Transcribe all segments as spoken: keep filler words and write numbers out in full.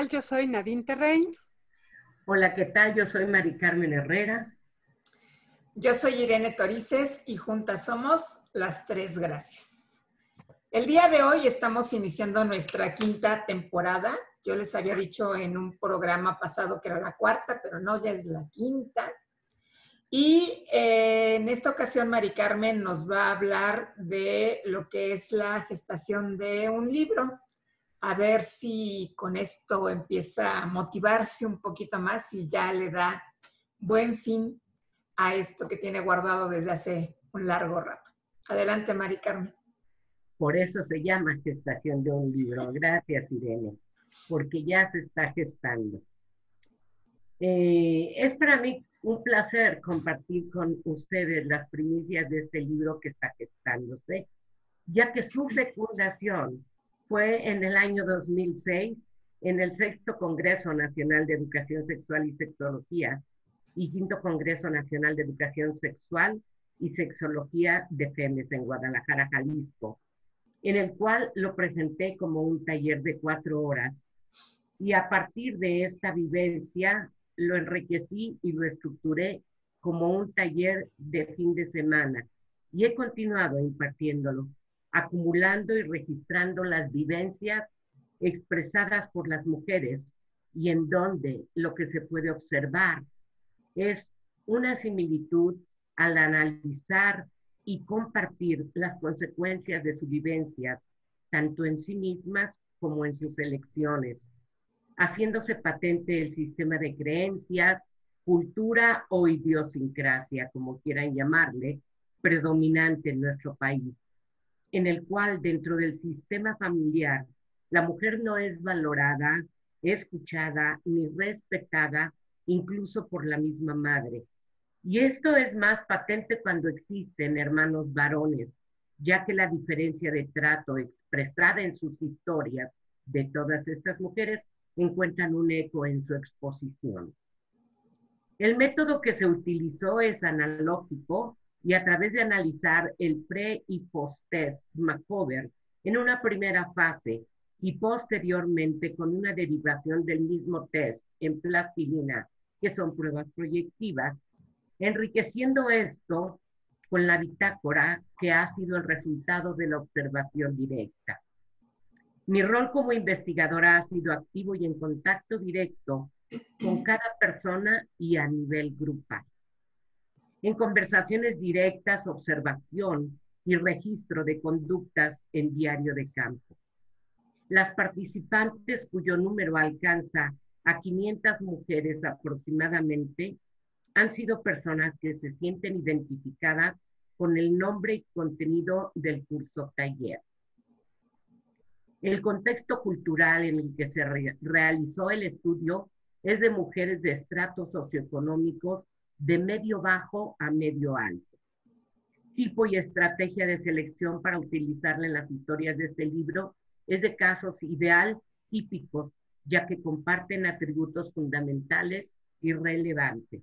tal? Yo soy Nadine Terrein. Hola, ¿qué tal? Yo soy Mari Carmen Herrera. Yo soy Irene Torices y juntas somos Las Tres Gracias. El día de hoy estamos iniciando nuestra quinta temporada. Yo les había dicho en un programa pasado que era la cuarta, pero no, ya es la quinta. Y eh, en esta ocasión Mari Carmen nos va a hablar de lo que es la gestación de un libro. A ver si con esto empieza a motivarse un poquito más y ya le da buen fin a esto que tiene guardado desde hace un largo rato. Adelante, Mari Carmen. Por eso se llama gestación de un libro. Gracias, Irene, porque ya se está gestando. Eh, es para mí un placer compartir con ustedes las primicias de este libro que está gestándose, ya que su fecundación fue en el año dos mil seis, en el sexto Congreso Nacional de Educación Sexual y Sexología y quinto Congreso Nacional de Educación Sexual y Sexología de FEMES en Guadalajara, Jalisco, en el cual lo presenté como un taller de cuatro horas. Y a partir de esta vivencia lo enriquecí y lo estructuré como un taller de fin de semana. Y he continuado impartiéndolo, acumulando y registrando las vivencias expresadas por las mujeres y en donde lo que se puede observar es una similitud al analizar y compartir las consecuencias de sus vivencias, tanto en sí mismas como en sus elecciones, haciéndose patente el sistema de creencias, cultura o idiosincrasia, como quieran llamarle, predominante en nuestro país, en el cual dentro del sistema familiar la mujer no es valorada, escuchada ni respetada, incluso por la misma madre. Y esto es más patente cuando existen hermanos varones, ya que la diferencia de trato expresada en sus historias de todas estas mujeres encuentran un eco en su exposición. El método que se utilizó es analógico y a través de analizar el pre y post-test Macover en una primera fase y posteriormente con una derivación del mismo test en plastilina, que son pruebas proyectivas, enriqueciendo esto con la bitácora que ha sido el resultado de la observación directa. Mi rol como investigadora ha sido activo y en contacto directo con cada persona y a nivel grupal. En conversaciones directas, observación y registro de conductas en diario de campo. Las participantes, cuyo número alcanza a quinientas mujeres aproximadamente, han sido personas que se sienten identificadas con el nombre y contenido del curso taller. El contexto cultural en el que se re realizó el estudio es de mujeres de estratos socioeconómicos de medio bajo a medio alto. Tipo y estrategia de selección para utilizarla en las historias de este libro es de casos ideal típicos, ya que comparten atributos fundamentales y relevantes.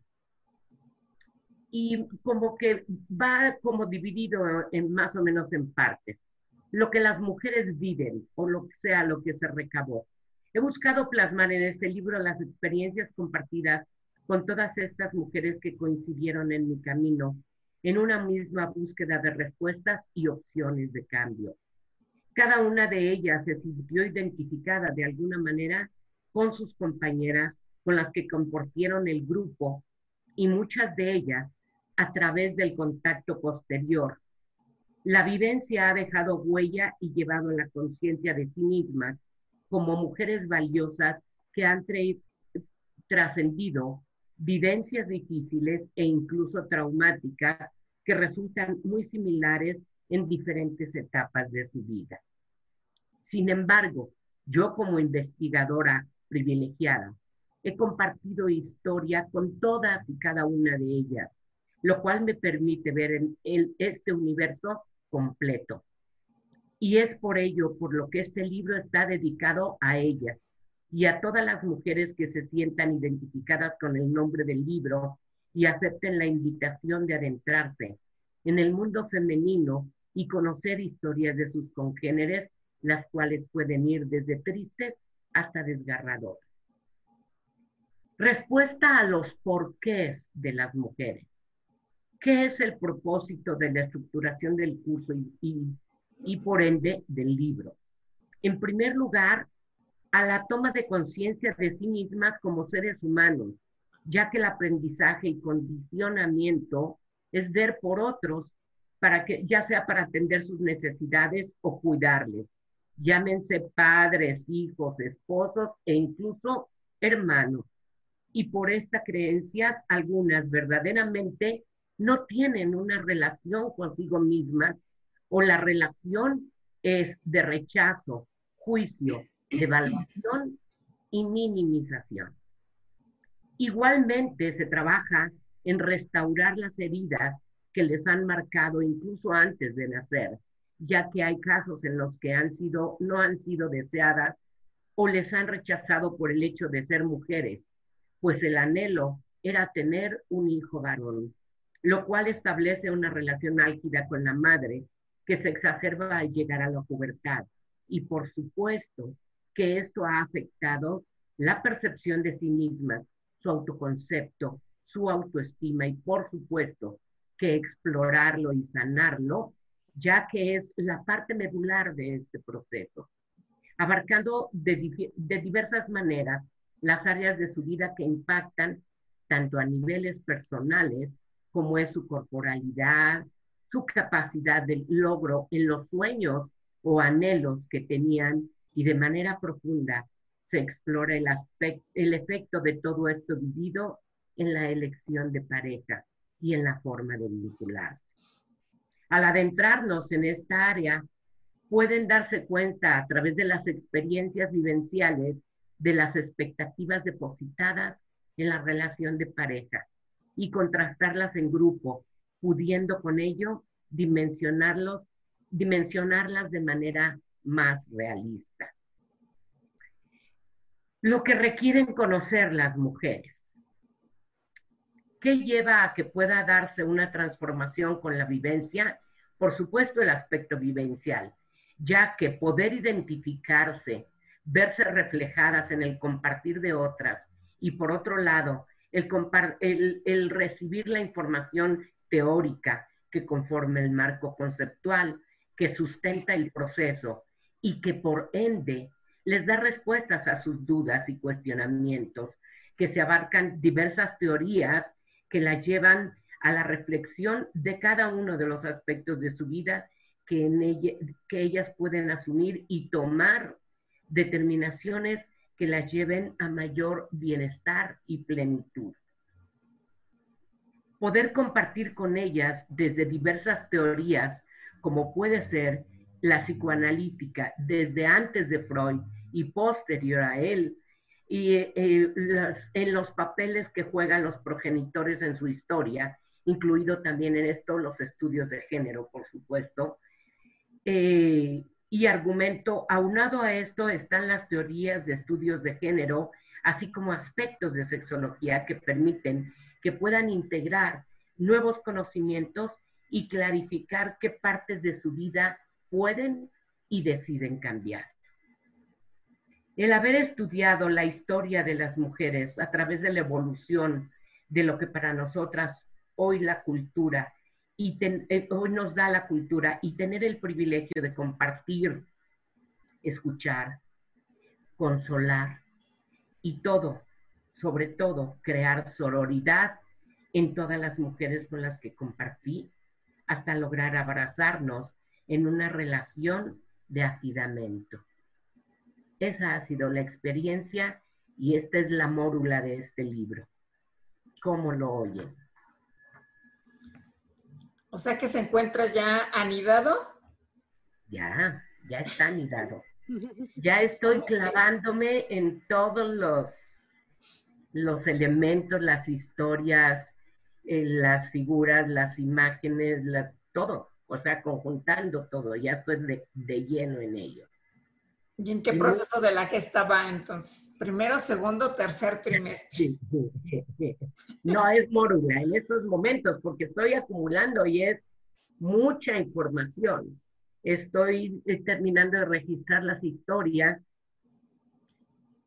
Y como que va como dividido en más o menos en partes. Lo que las mujeres viven o lo que sea lo que se recabó. He buscado plasmar en este libro las experiencias compartidas con todas estas mujeres que coincidieron en mi camino en una misma búsqueda de respuestas y opciones de cambio. Cada una de ellas se sintió identificada de alguna manera con sus compañeras con las que compartieron el grupo y muchas de ellas a través del contacto posterior. La vivencia ha dejado huella y llevado a la conciencia de sí mismas como mujeres valiosas que han trascendido vivencias difíciles e incluso traumáticas que resultan muy similares en diferentes etapas de su vida. Sin embargo, yo como investigadora privilegiada he compartido historia con todas y cada una de ellas, lo cual me permite ver en el, este universo completo. Y es por ello por lo que este libro está dedicado a ellas y a todas las mujeres que se sientan identificadas con el nombre del libro y acepten la invitación de adentrarse en el mundo femenino y conocer historias de sus congéneres, las cuales pueden ir desde tristes hasta desgarradoras. Respuesta a los porqués de las mujeres. ¿Qué es el propósito de la estructuración del curso y, y, y por ende del libro? En primer lugar, a la toma de conciencia de sí mismas como seres humanos, ya que el aprendizaje y condicionamiento es ver por otros, para que, ya sea para atender sus necesidades o cuidarles. Llámense padres, hijos, esposos e incluso hermanos. Y por esta creencia, algunas verdaderamente no tienen una relación consigo mismas o la relación es de rechazo, juicio, evaluación y minimización. Igualmente se trabaja en restaurar las heridas que les han marcado incluso antes de nacer, ya que hay casos en los que han sido, no han sido deseadas o les han rechazado por el hecho de ser mujeres, pues el anhelo era tener un hijo varón, lo cual establece una relación álgida con la madre que se exacerba al llegar a la pubertad. Y por supuesto que esto ha afectado la percepción de sí misma, su autoconcepto, su autoestima y por supuesto que explorarlo y sanarlo, ya que es la parte medular de este proceso, abarcando de, de diversas maneras las áreas de su vida que impactan tanto a niveles personales como es su corporalidad, su capacidad de logro en los sueños o anhelos que tenían y de manera profunda se explora el, aspecto, el efecto de todo esto vivido en la elección de pareja y en la forma de vincularse. Al adentrarnos en esta área, pueden darse cuenta a través de las experiencias vivenciales de las expectativas depositadas en la relación de pareja y contrastarlas en grupo, pudiendo con ello dimensionarlos, dimensionarlas de manera más realista. Lo que requieren conocer las mujeres. ¿Qué lleva a que pueda darse una transformación con la vivencia? Por supuesto, el aspecto vivencial, ya que poder identificarse, verse reflejadas en el compartir de otras y por otro lado, el, el, el recibir la información teórica que conforma el marco conceptual que sustenta el proceso y que por ende les da respuestas a sus dudas y cuestionamientos, que se abarcan diversas teorías que la llevan a la reflexión de cada uno de los aspectos de su vida que, en ella, que ellas pueden asumir y tomar determinaciones que las lleven a mayor bienestar y plenitud. Poder compartir con ellas desde diversas teorías, como puede ser la psicoanalítica desde antes de Freud y posterior a él, y eh, las, en los papeles que juegan los progenitores en su historia, incluido también en esto los estudios de género, por supuesto. Eh, y argumento, aunado a esto están las teorías de estudios de género, así como aspectos de sexología que permiten que puedan integrar nuevos conocimientos y clarificar qué partes de su vida pueden y deciden cambiar. El haber estudiado la historia de las mujeres a través de la evolución de lo que para nosotras hoy la cultura y ten, eh, hoy nos da la cultura y tener el privilegio de compartir, escuchar, consolar y todo, sobre todo crear sororidad en todas las mujeres con las que compartí hasta lograr abrazarnos en una relación de afidamento. Esa ha sido la experiencia y esta es la mórula de este libro. ¿Cómo lo oyen? O sea que se encuentra ya anidado. Ya, ya está anidado. Ya estoy clavándome en todos los, los elementos, las historias, eh, las figuras, las imágenes, la, todo. O sea, conjuntando todo. Ya estoy de, de lleno en ello. ¿Y en qué proceso de la que estaba entonces? ¿Primero, segundo, tercer trimestre? No es mórula en estos momentos porque estoy acumulando y es mucha información. Estoy terminando de registrar las historias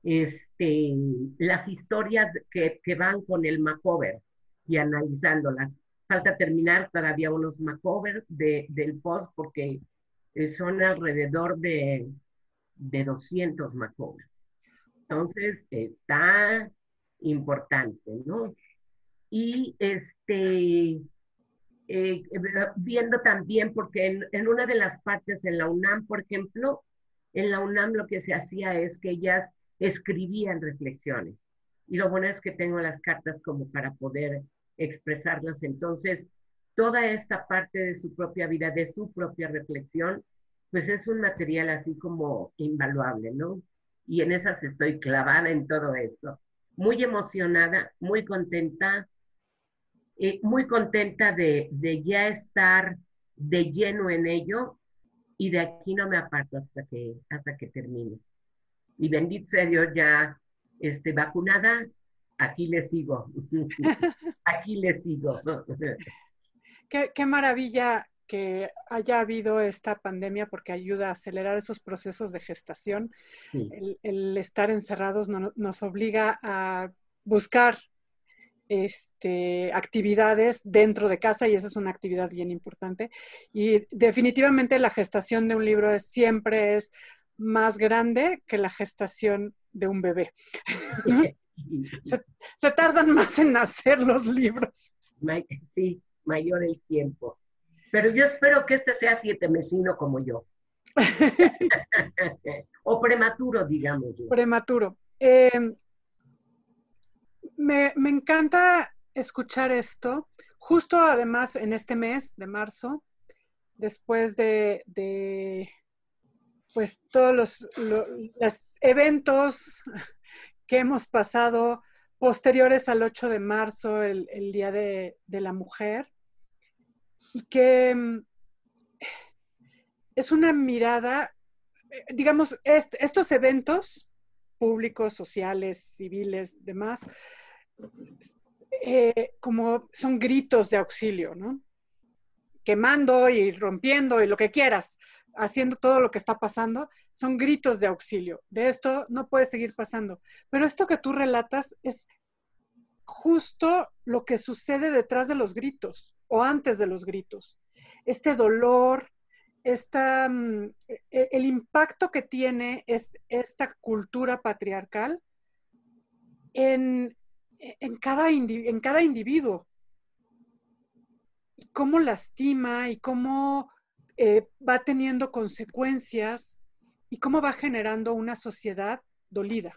este, las historias que, que van con el macover y analizándolas. Falta terminar todavía unos macovers de, del post porque eh, son alrededor de, de doscientos macovers. Entonces, está importante, ¿no? Y este, eh, viendo también, porque en, en una de las partes en la UNAM, por ejemplo, en la UNAM lo que se hacía es que ellas escribían reflexiones. Y lo bueno es que tengo las cartas como para poder expresarlas. Entonces, toda esta parte de su propia vida, de su propia reflexión, pues es un material así como invaluable, ¿no? Y en esas estoy clavada en todo esto. Muy emocionada, muy contenta, eh, muy contenta de, de ya estar de lleno en ello y de aquí no me aparto hasta que, hasta que termine. Y bendito sea Dios, ya este, vacunada, aquí le sigo. Aquí le sigo. Qué, qué maravilla que haya habido esta pandemia porque ayuda a acelerar esos procesos de gestación. Sí. El, el estar encerrados no, nos obliga a buscar este, actividades dentro de casa y esa es una actividad bien importante. Y definitivamente la gestación de un libro es, siempre es más grande que la gestación de un bebé. se, se tardan más en nacer los libros. Sí, mayor el tiempo. Pero yo espero que este sea siete mesino como yo. O prematuro, digamos. Prematuro. Eh, me, me encanta escuchar esto, justo además en este mes de marzo, después de, de pues todos los, los, los eventos que hemos pasado posteriores al ocho de marzo, el, el Día de, de la Mujer, y que es una mirada, digamos, est estos eventos públicos, sociales, civiles, demás, eh, como son gritos de auxilio, ¿no? Quemando y rompiendo y lo que quieras, haciendo todo lo que está pasando, son gritos de auxilio. De esto no puede seguir pasando. Pero esto que tú relatas es justo lo que sucede detrás de los gritos o antes de los gritos. Este dolor, esta, el impacto que tiene es, esta cultura patriarcal en, en, cada, en cada individuo. Y cómo lastima y cómo eh, va teniendo consecuencias y cómo va generando una sociedad dolida.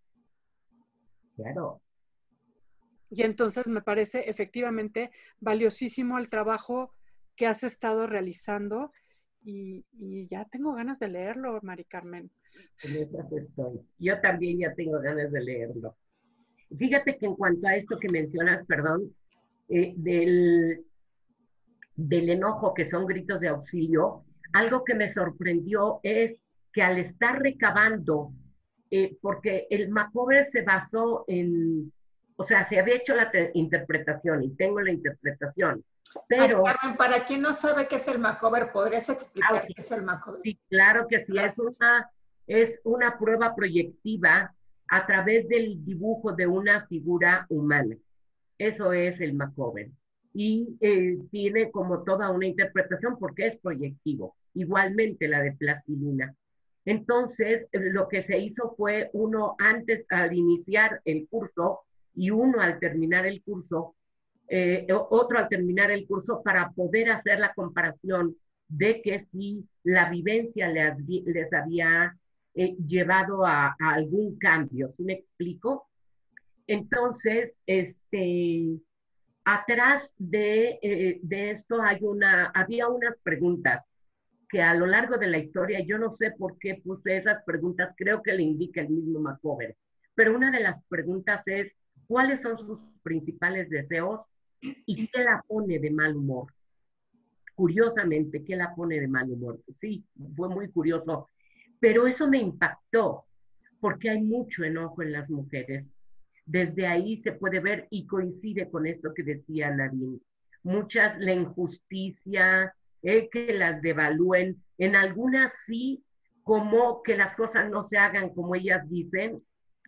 Claro. Y entonces me parece efectivamente valiosísimo el trabajo que has estado realizando y, y ya tengo ganas de leerlo, Mari Carmen. En esas estoy. Yo también ya tengo ganas de leerlo. Fíjate que en cuanto a esto que mencionas, perdón, eh, del, del enojo, que son gritos de auxilio, algo que me sorprendió es que al estar recabando, eh, porque el macover se basó en, o sea, se había hecho la interpretación y tengo la interpretación, pero... Carmen, para quien no sabe qué es el macover, ¿podrías explicar ah, okay. qué es el macover? Sí, claro que sí, es una, es una prueba proyectiva a través del dibujo de una figura humana. Eso es el macover. Y eh, tiene como toda una interpretación porque es proyectivo, igualmente la de plastilina. Entonces, lo que se hizo fue uno antes al iniciar el curso y uno al terminar el curso, eh, otro al terminar el curso para poder hacer la comparación de que si la vivencia les, les había eh, llevado a, a algún cambio. ¿Sí me explico? Entonces, este... atrás de, eh, de esto hay una, había unas preguntas que a lo largo de la historia, yo no sé por qué puse esas preguntas, creo que le indica el mismo macover, pero una de las preguntas es, ¿cuáles son sus principales deseos y qué la pone de mal humor? Curiosamente, ¿qué la pone de mal humor? Sí, fue muy curioso, pero eso me impactó, porque hay mucho enojo en las mujeres. Desde ahí se puede ver y coincide con esto que decía Nadine. Muchas, la injusticia, eh, que las devalúen, en algunas sí, como que las cosas no se hagan como ellas dicen,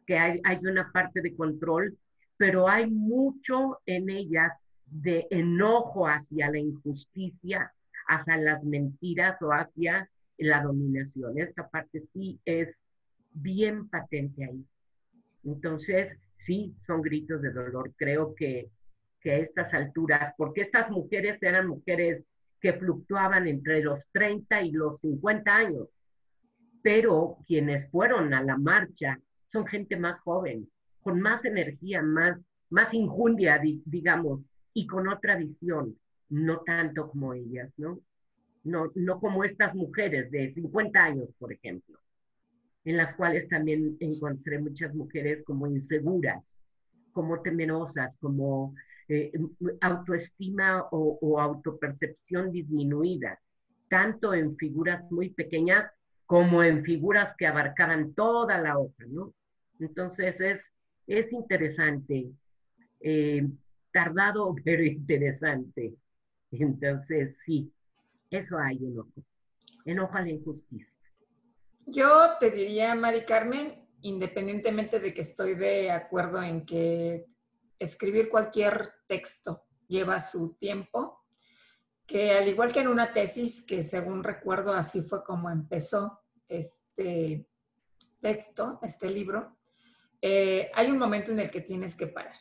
que hay, hay una parte de control, pero hay mucho en ellas de enojo hacia la injusticia, hacia las mentiras o hacia la dominación. Esta parte sí es bien patente ahí. Entonces, sí, son gritos de dolor. Creo que, que a estas alturas, porque estas mujeres eran mujeres que fluctuaban entre los treinta y los cincuenta años, pero quienes fueron a la marcha son gente más joven, con más energía, más, más injundia, digamos, y con otra visión, no tanto como ellas, ¿no? No, no como estas mujeres de cincuenta años, por ejemplo, en las cuales también encontré muchas mujeres como inseguras, como temerosas, como eh, autoestima o, o autopercepción disminuida, tanto en figuras muy pequeñas como en figuras que abarcaban toda la hoja, ¿no? Entonces es, es interesante, eh, tardado pero interesante. Entonces sí, eso hay enojo, enojo a la injusticia. Yo te diría, Mari Carmen, independientemente de que estoy de acuerdo en que escribir cualquier texto lleva su tiempo, que al igual que en una tesis, que según recuerdo así fue como empezó este texto, este libro, eh, hay un momento en el que tienes que parar.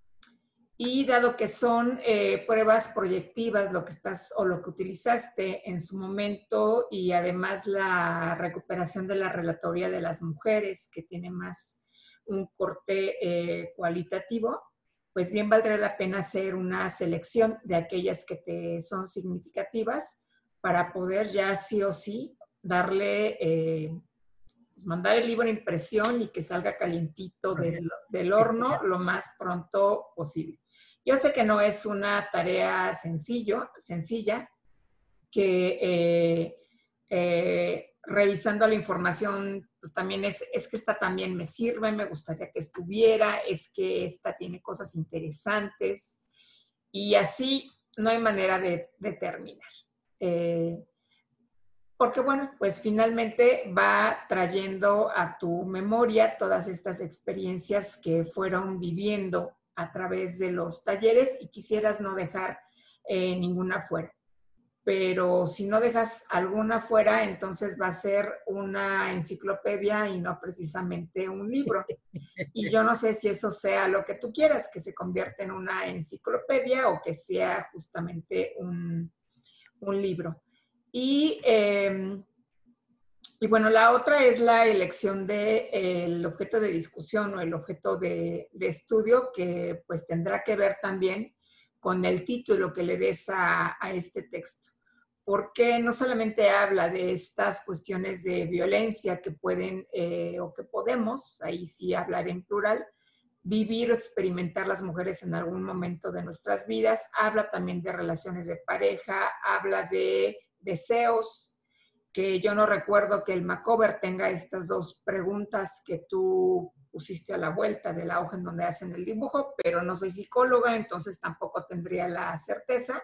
Y dado que son eh, pruebas proyectivas lo que estás o lo que utilizaste en su momento y además la recuperación de la relatoría de las mujeres que tiene más un corte eh, cualitativo, pues bien valdría la pena hacer una selección de aquellas que te son significativas para poder ya sí o sí darle, eh, pues mandar el libro a impresión y que salga calientito del, del horno lo más pronto posible. Yo sé que no es una tarea sencillo, sencilla, que eh, eh, revisando la información, pues también es, es que esta también me sirve, me gustaría que estuviera, es que esta tiene cosas interesantes y así no hay manera de, de terminar. Eh, porque bueno, pues finalmente va trayendo a tu memoria todas estas experiencias que fueron viviendo a través de los talleres y quisieras no dejar eh, ninguna fuera. Pero si no dejas alguna fuera, entonces va a ser una enciclopedia y no precisamente un libro. Y yo no sé si eso sea lo que tú quieras, que se convierta en una enciclopedia o que sea justamente un, un libro. Y, eh, y bueno, la otra es la elección del de, eh, objeto de discusión o el objeto de, de estudio, que pues tendrá que ver también con el título que le des a, a este texto. Porque no solamente habla de estas cuestiones de violencia que pueden eh, o que podemos, ahí sí hablar en plural, vivir o experimentar las mujeres en algún momento de nuestras vidas, habla también de relaciones de pareja, habla de deseos, que yo no recuerdo que el Macover tenga estas dos preguntas que tú pusiste a la vuelta de la hoja en donde hacen el dibujo, pero no soy psicóloga, entonces tampoco tendría la certeza.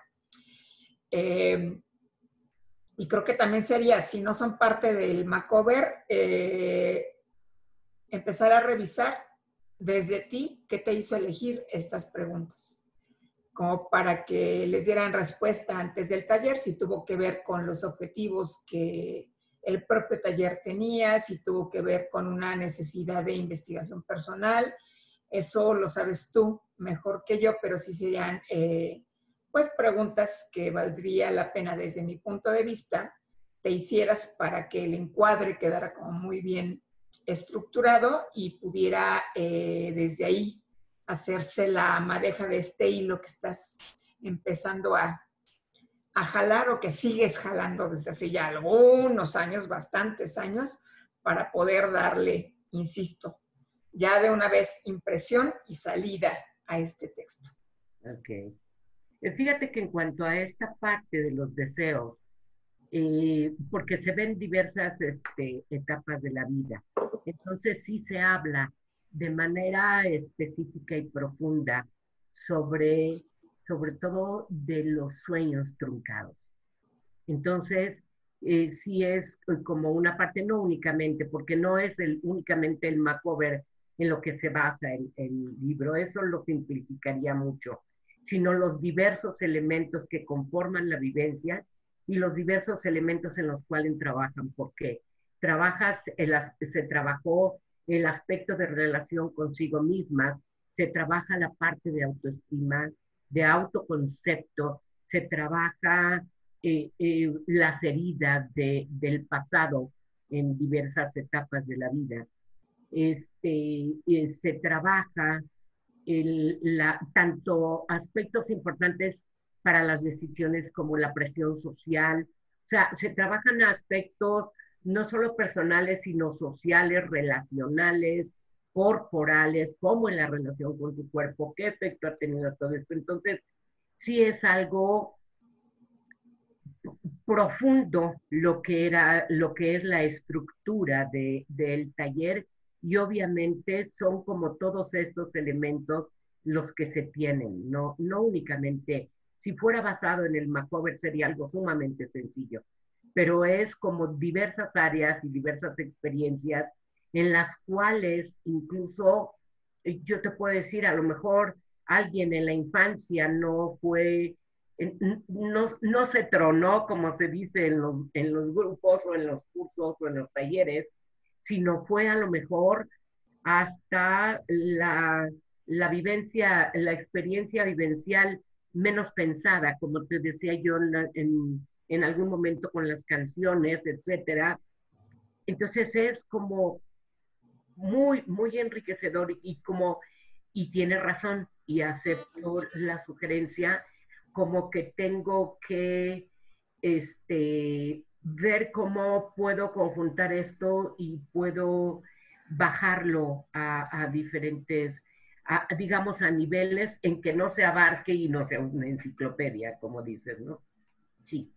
Eh, y creo que también sería, si no son parte del Macover, eh, empezar a revisar desde ti qué te hizo elegir estas preguntas, como para que les dieran respuesta antes del taller, si tuvo que ver con los objetivos que el propio taller tenía, si tuvo que ver con una necesidad de investigación personal. Eso lo sabes tú mejor que yo, pero sí serían eh, pues preguntas que valdría la pena desde mi punto de vista te hicieras para que el encuadre quedara como muy bien estructurado y pudiera eh, desde ahí hacerse la madeja de este hilo que estás empezando a, a jalar o que sigues jalando desde hace ya algunos años, bastantes años, para poder darle, insisto, ya de una vez impresión y salida a este texto. Ok. Fíjate que en cuanto a esta parte de los deseos, eh, porque se ven diversas este, etapas de la vida, entonces sí se habla de manera específica y profunda sobre, sobre todo de los sueños truncados. Entonces, eh, sí es como una parte, no únicamente, porque no es el, únicamente el Macover en lo que se basa el, el libro. Eso lo simplificaría mucho, sino los diversos elementos que conforman la vivencia y los diversos elementos en los cuales trabajan. Porque trabajas, el, se trabajó el aspecto de relación consigo misma, se trabaja la parte de autoestima, de autoconcepto, se trabaja eh, eh, las heridas de, del pasado en diversas etapas de la vida. Este, eh, se trabaja el, la, tanto aspectos importantes para las decisiones como la presión social. O sea, se trabajan aspectos no solo personales, sino sociales, relacionales, corporales, como en la relación con su cuerpo, qué efecto ha tenido todo esto. Entonces, sí es algo profundo lo que era, lo que es la estructura de, del taller, y obviamente son como todos estos elementos los que se tienen, no, no únicamente, si fuera basado en el Macover sería algo sumamente sencillo, pero es como diversas áreas y diversas experiencias en las cuales incluso yo te puedo decir, a lo mejor alguien en la infancia no fue, no, no se tronó, como se dice en los, en los grupos o en los cursos o en los talleres, sino fue a lo mejor hasta la, la vivencia, la experiencia vivencial menos pensada, como te decía yo en, en, en algún momento con las canciones, etcétera. Entonces es como muy, muy enriquecedor y como, y tiene razón, y acepto la sugerencia, como que tengo que este, ver cómo puedo conjuntar esto y puedo bajarlo a, a diferentes, a, digamos, a niveles en que no se abarque y no sea una enciclopedia, como dices, ¿no? Sí,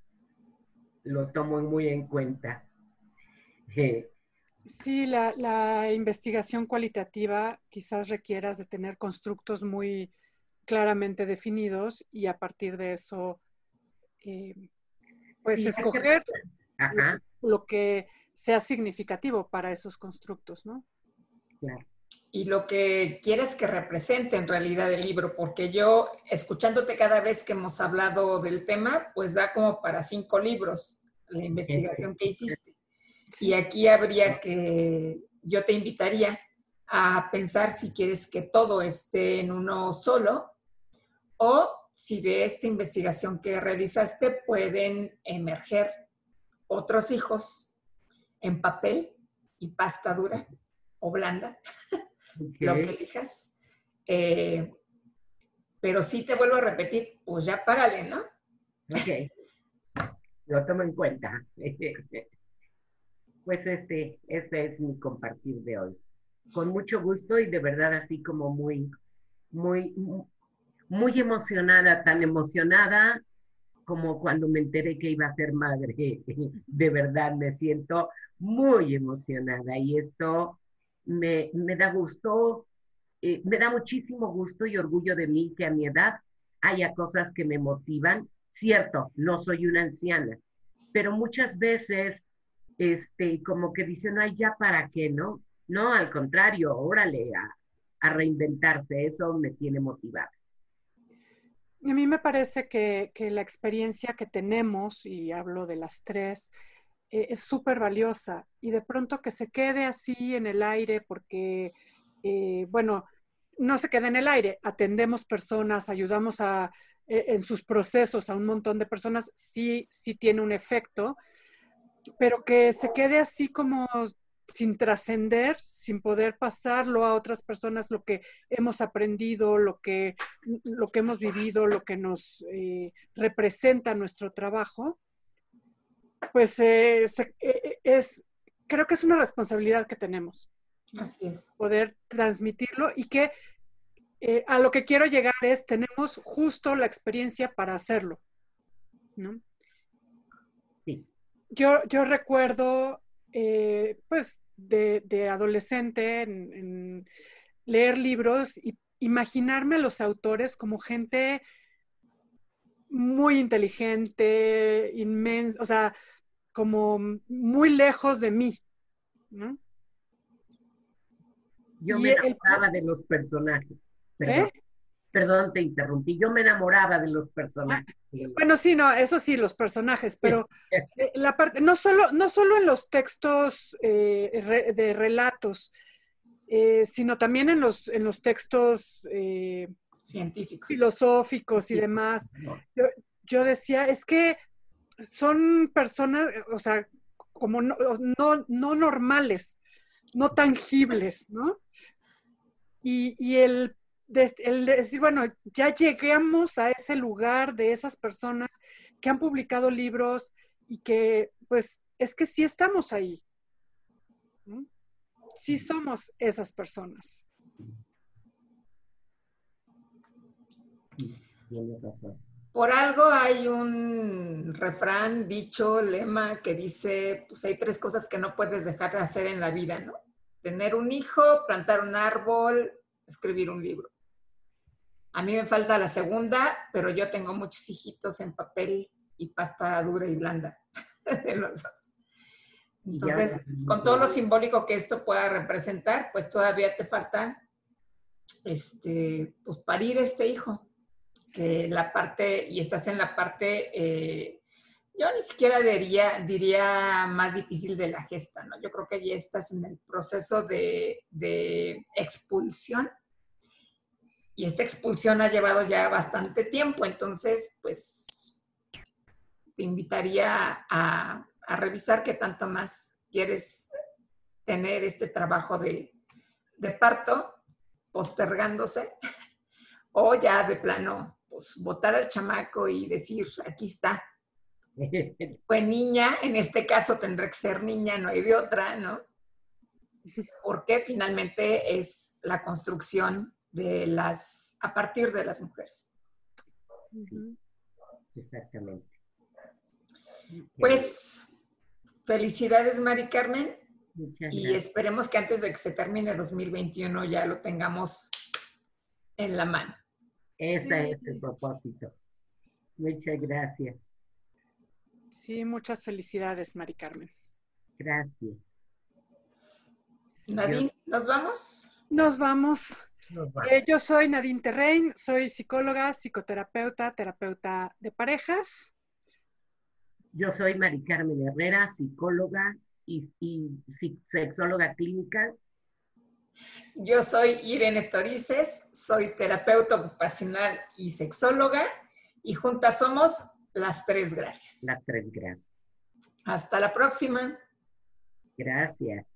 lo tomo muy en cuenta. Eh, Sí, la, la investigación cualitativa quizás requieras de tener constructos muy claramente definidos y a partir de eso, eh, pues sí, escoger lo, ajá, lo que sea significativo para esos constructos, ¿no? claro. Y lo que quieres que represente en realidad el libro, porque yo, escuchándote cada vez que hemos hablado del tema, pues da como para cinco libros la investigación que hiciste. Sí. Y aquí habría que, yo te invitaría a pensar si quieres que todo esté en uno solo o si de esta investigación que realizaste pueden emerger otros hijos en papel y pasta dura o blanda, Okay. lo que elijas. Eh, pero sí te vuelvo a repetir, pues ya párale, ¿no? Ok, lo tomo en cuenta. Pues este, este es mi compartir de hoy. Con mucho gusto y de verdad así como muy, muy, muy emocionada, tan emocionada como cuando me enteré que iba a ser madre. De verdad me siento muy emocionada y esto me, me da gusto, eh, me da muchísimo gusto y orgullo de mí que a mi edad haya cosas que me motivan. Cierto, no soy una anciana, pero muchas veces este, como que dicen, ay, ya para qué, ¿no? No, al contrario, órale, a, a reinventarse, eso me tiene motivada. A mí me parece que, que la experiencia que tenemos, y hablo de las tres, eh, es súper valiosa y de pronto que se quede así en el aire porque, eh, bueno, no se queda en el aire, atendemos personas, ayudamos a, eh, en sus procesos a un montón de personas, sí, sí tiene un efecto, pero que se quede así como sin trascender, sin poder pasarlo a otras personas, lo que hemos aprendido, lo que, lo que hemos vivido, lo que nos eh, representa nuestro trabajo, pues eh, se, eh, es, creo que es una responsabilidad que tenemos. ¿No? Así es. Poder transmitirlo y que eh, a lo que quiero llegar es, tenemos justo la experiencia para hacerlo. ¿No? Sí. Yo, yo recuerdo, eh, pues, de, de adolescente, en, en leer libros y imaginarme a los autores como gente muy inteligente, inmensa, o sea, como muy lejos de mí, ¿no? Yo Y me el- enamoraba de los personajes. Perdón, ¿Eh? perdón, te interrumpí. Yo me enamoraba de los Ah, personajes. bueno, sí, no, eso sí, los personajes, pero eh, la parte, no solo, no solo en los textos eh, re- de relatos, eh, sino también en los, en los textos eh, Científicos. filosóficos y demás. No. Yo, yo decía, es que son personas, o sea, como no, no, no normales, no tangibles, ¿no? Y, y el, de- el de decir, bueno, ya llegamos a ese lugar de esas personas que han publicado libros y que, pues, es que sí estamos ahí, ¿no? Sí somos esas personas. Tienes razón. Por algo hay un refrán, dicho, lema que dice, pues hay tres cosas que no puedes dejar de hacer en la vida, ¿no? Tener un hijo, plantar un árbol, escribir un libro. A mí me falta la segunda, pero yo tengo muchos hijitos en papel y pasta dura y blanda de los dos. Entonces, con todo lo simbólico que esto pueda representar, pues todavía te falta este, pues parir este hijo. Que la parte, y estás en la parte, eh, yo ni siquiera diría, diría más difícil de la gesta, ¿no? Yo creo que ya estás en el proceso de, de expulsión, y esta expulsión ha llevado ya bastante tiempo, entonces, pues, te invitaría a, a revisar qué tanto más quieres tener este trabajo de, de parto, postergándose, o ya de plano, pues botar al chamaco y decir, aquí está. Fue niña, en este caso tendrá que ser niña, no hay de otra, ¿no? Porque finalmente es la construcción de las, a partir de las mujeres. Uh-huh. Exactamente. Pues, felicidades, Mari Carmen. Muchas y gracias. esperemos que antes de que se termine dos mil veintiuno ya lo tengamos en la mano. Ese es el propósito. Muchas gracias. Sí, muchas felicidades, Mari Carmen. Gracias. Nadine, ¿nos vamos? Nos vamos. Nos vamos. Eh, yo soy Nadine Terrein, soy psicóloga, psicoterapeuta, terapeuta de parejas. Yo soy Mari Carmen Herrera, psicóloga y, y, y sexóloga clínica. Yo soy Irene Torices, soy terapeuta ocupacional y sexóloga, y juntas somos Las Tres Gracias. Las Tres Gracias. Hasta la próxima. Gracias.